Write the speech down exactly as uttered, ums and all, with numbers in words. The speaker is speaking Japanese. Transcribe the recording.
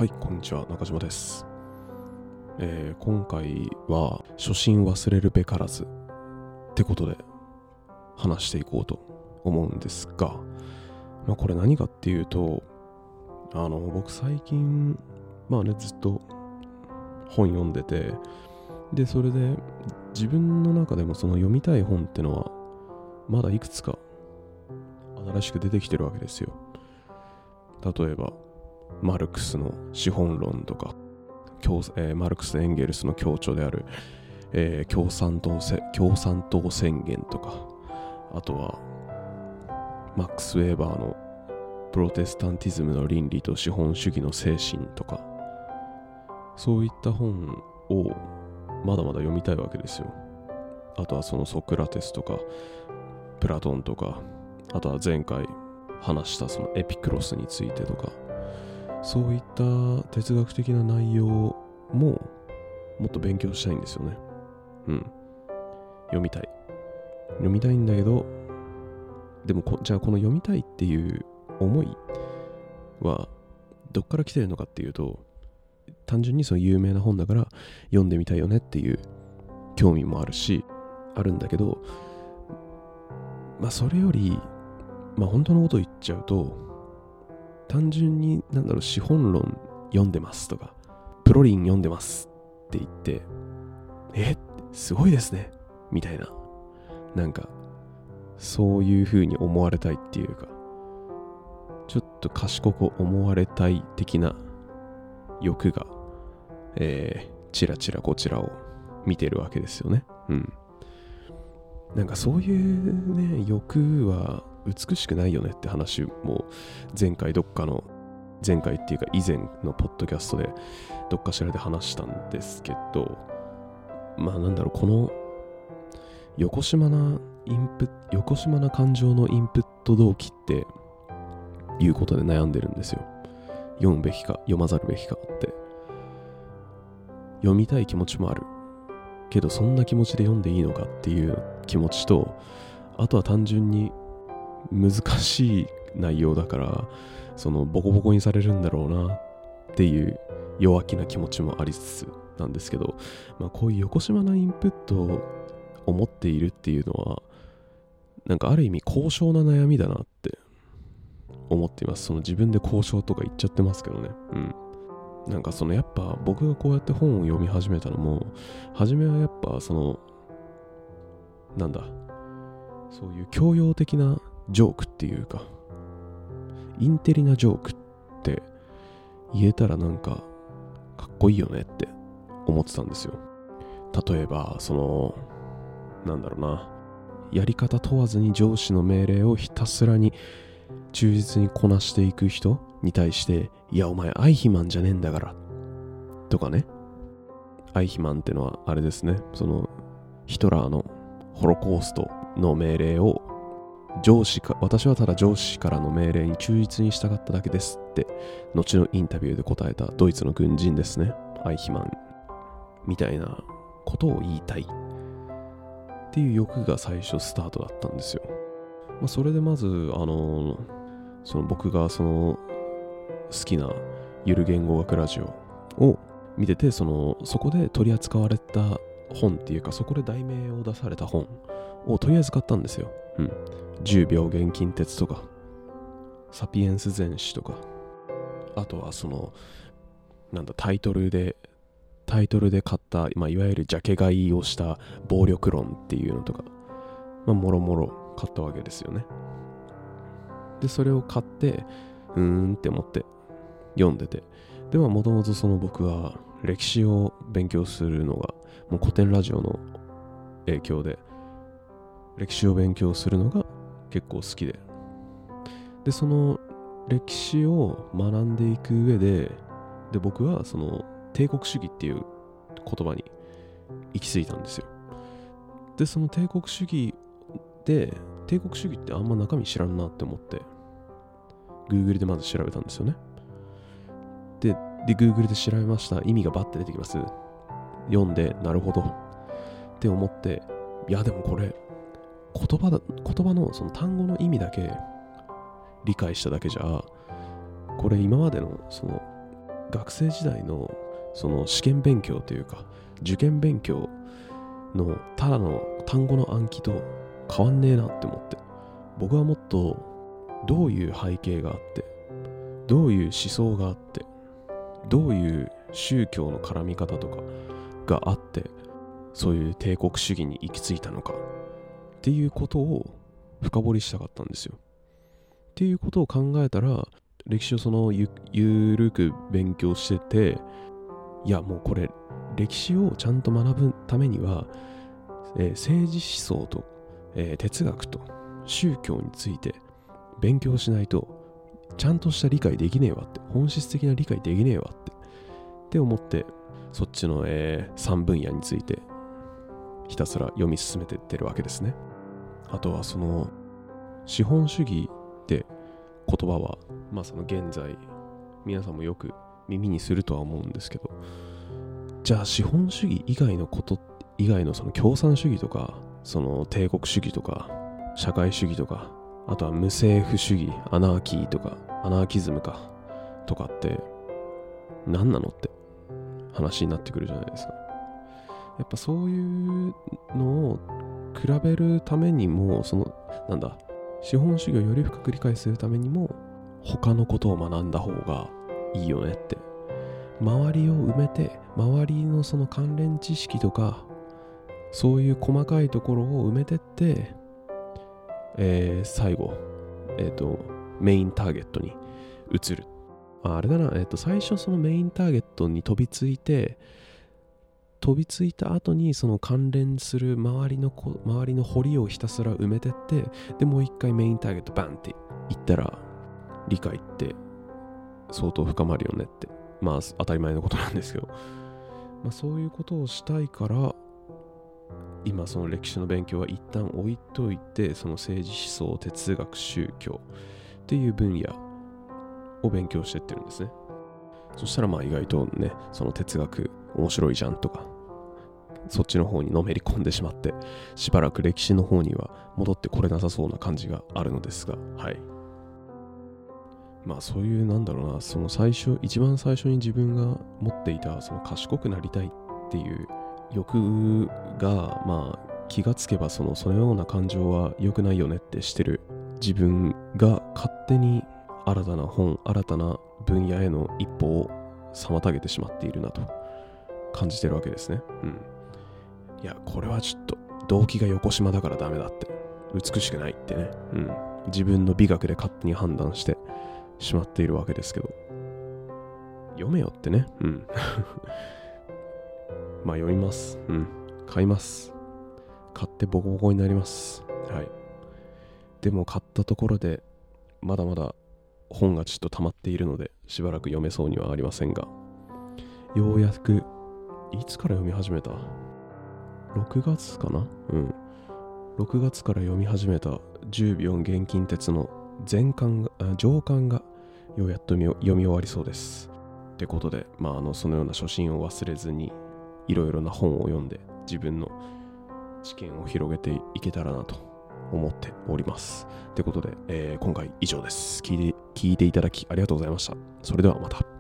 はい、こんにちは、中島です。えー、今回は初心忘れるべからずってことで話していこうと思うんですが、まあこれ何かっていうと、あの僕最近まあねずっと本読んでて、でそれで自分の中でもその読みたい本ってのはまだいくつか新しく出てきてるわけですよ。例えばマルクスの資本論とか、えー、マルクス・エンゲルスの強調である、えー、共産党せ共産党宣言とか、あとはマックス・ウェーバーのプロテスタンティズムの倫理と資本主義の精神とか、そういった本をまだまだ読みたいわけですよ。あとはそのソクラテスとかプラトンとか、あとは前回話したそのエピクロスについてとか、そういった哲学的な内容ももっと勉強したいんですよね。うん。読みたい。読みたいんだけど、でもこじゃあこの読みたいっていう思いはどっから来てるのかっていうと、単純にその有名な本だから読んでみたいよねっていう興味もあるし、あるんだけど、まあそれより、まあ本当のことを言っちゃうと、単純になんだろう、資本論読んでますとかプロリン読んでますって言って、えすごいですねみたいな、なんかそういう風に思われたいっていうか、ちょっと賢く思われたい的な欲が、えー、チラチラこちらを見てるわけですよね。うんなんかそういうね欲は美しくないよねって話も前回どっかの前回っていうか以前のポッドキャストでどっかしらで話したんですけど、まあなんだろう、この横島なインプ横島な感情のインプット動機っていうことで悩んでるんですよ。読むべきか読まざるべきかって。読みたい気持ちもあるけど、そんな気持ちで読んでいいのかっていう気持ちと、あとは単純に難しい内容だからそのボコボコにされるんだろうなっていう弱気な気持ちもありつつなんですけど、まあこういう横島なインプットを持っているっていうのはなんかある意味高尚な悩みだなって思っています。その自分で高尚とか言っちゃってますけどね。うんなんかそのやっぱ僕がこうやって本を読み始めたのも、初めはやっぱそのなんだそういう教養的なジョークっていうか、インテリなジョークって言えたらなんかかっこいいよねって思ってたんですよ。例えばそのなんだろうな、やり方問わずに上司の命令をひたすらに忠実にこなしていく人に対して、いやお前アイヒマンじゃねえんだからとかね。アイヒマンってのはあれですね、そのヒトラーのホロコーストの命令を上司か私はただ上司からの命令に忠実に従っただけですって後のインタビューで答えたドイツの軍人ですね、アイヒマンみたいなことを言いたいっていう欲が最初スタートだったんですよ。まあ、それでまずあのその僕がその好きなゆる言語学ラジオを見てて、そのそこで取り扱われた本っていうか、そこで題名を出された本をとりあえず買ったんですよ。うん。じゅうびょう現近鉄とか、サピエンス全史とか、あとはそのなんだタイトルでタイトルで買った、まあ、いわゆるジャケ買いをした暴力論っていうのとか、まあもろもろ買ったわけですよね。でそれを買ってうーんって思って読んでて、ではもともとその僕は歴史を勉強するのがもう古典ラジオの影響で歴史を勉強するのが結構好きで、でその歴史を学んでいく上でで僕はその帝国主義っていう言葉に行き着いたんですよ。でその帝国主義で帝国主義ってあんま中身知らんなって思って Google でまず調べたんですよね。でで Google で調べました。意味がバッて出てきます。読んでなるほどって思って、いやでもこれ言葉だ言葉のその単語の意味だけ理解しただけじゃ、これ今までのその学生時代のその試験勉強というか受験勉強のただの単語の暗記と変わんねえなって思って、僕はもっとどういう背景があってどういう思想があってどういう宗教の絡み方とかがあってそういう帝国主義に行き着いたのかっていうことを深掘りしたかったんですよ。っていうことを考えたら歴史をその ゆ, ゆるく勉強してて、いやもうこれ歴史をちゃんと学ぶためには、えー、政治思想と、えー、哲学と宗教について勉強しないとちゃんとした理解できねえわって、本質的な理解できねえわってって思って、そっちの、えー、さんぶん野についてひたすら読み進めていってるわけですね。あとはその資本主義って言葉はまあその現在皆さんもよく耳にするとは思うんですけど、じゃあ資本主義以外のこと以外のその共産主義とかその帝国主義とか社会主義とか、あとは無政府主義、アナーキーとかアナーキズムかとかって何なのって話になってくるじゃないですか。やっぱそういうのを比べるためにも、そのなんだ資本主義をより深く理解するためにも他のことを学んだ方がいいよねって、周りを埋めて周りのその関連知識とかそういう細かいところを埋めてって、えー、最後えっとメインターゲットに移る。あ, あれだな、えっと最初そのメインターゲットに飛びついて飛びついた後にその関連する周りのこ周りの堀をひたすら埋めてって、でもう一回メインターゲットバンっていったら理解って相当深まるよねって、まあ当たり前のことなんですけど、まあそういうことをしたいから今その歴史の勉強は一旦置いといて、その政治思想、哲学、宗教っていう分野を勉強してってるんですね。そしたらまあ意外とね、その哲学面白いじゃんとかそっちの方にのめり込んでしまって、しばらく歴史の方には戻ってこれなさそうな感じがあるのですが、はい。まあそういうなんだろうな、その最初一番最初に自分が持っていたその賢くなりたいっていう欲が、まあ気がつけばそのそのような感情は良くないよねってしてる自分が勝手に新たな本、新たな分野への一歩を妨げてしまっているなと感じてるわけですね。うん。いや、これはちょっと動機が横島だからダメだって、美しくないってね、うん。自分の美学で勝手に判断してしまっているわけですけど、読めよってね。うん。まあ読みます。うん。買います。買ってボコボコになります。はい。でも買ったところでまだまだ本がちょっと溜まっているのでしばらく読めそうにはありませんが、ようやくいつから読み始めたろくがつかな。うんろくがつから読み始めたじゅうびょう現金鉄の全巻が上巻がようやっと読み終わりそうです。ってことで、まあ、あのそのような初心を忘れずにいろいろな本を読んで自分の知見を広げていけたらなと思っております。ってことで、えー、今回以上です。聞いて、聞いていただきありがとうございました。それではまた。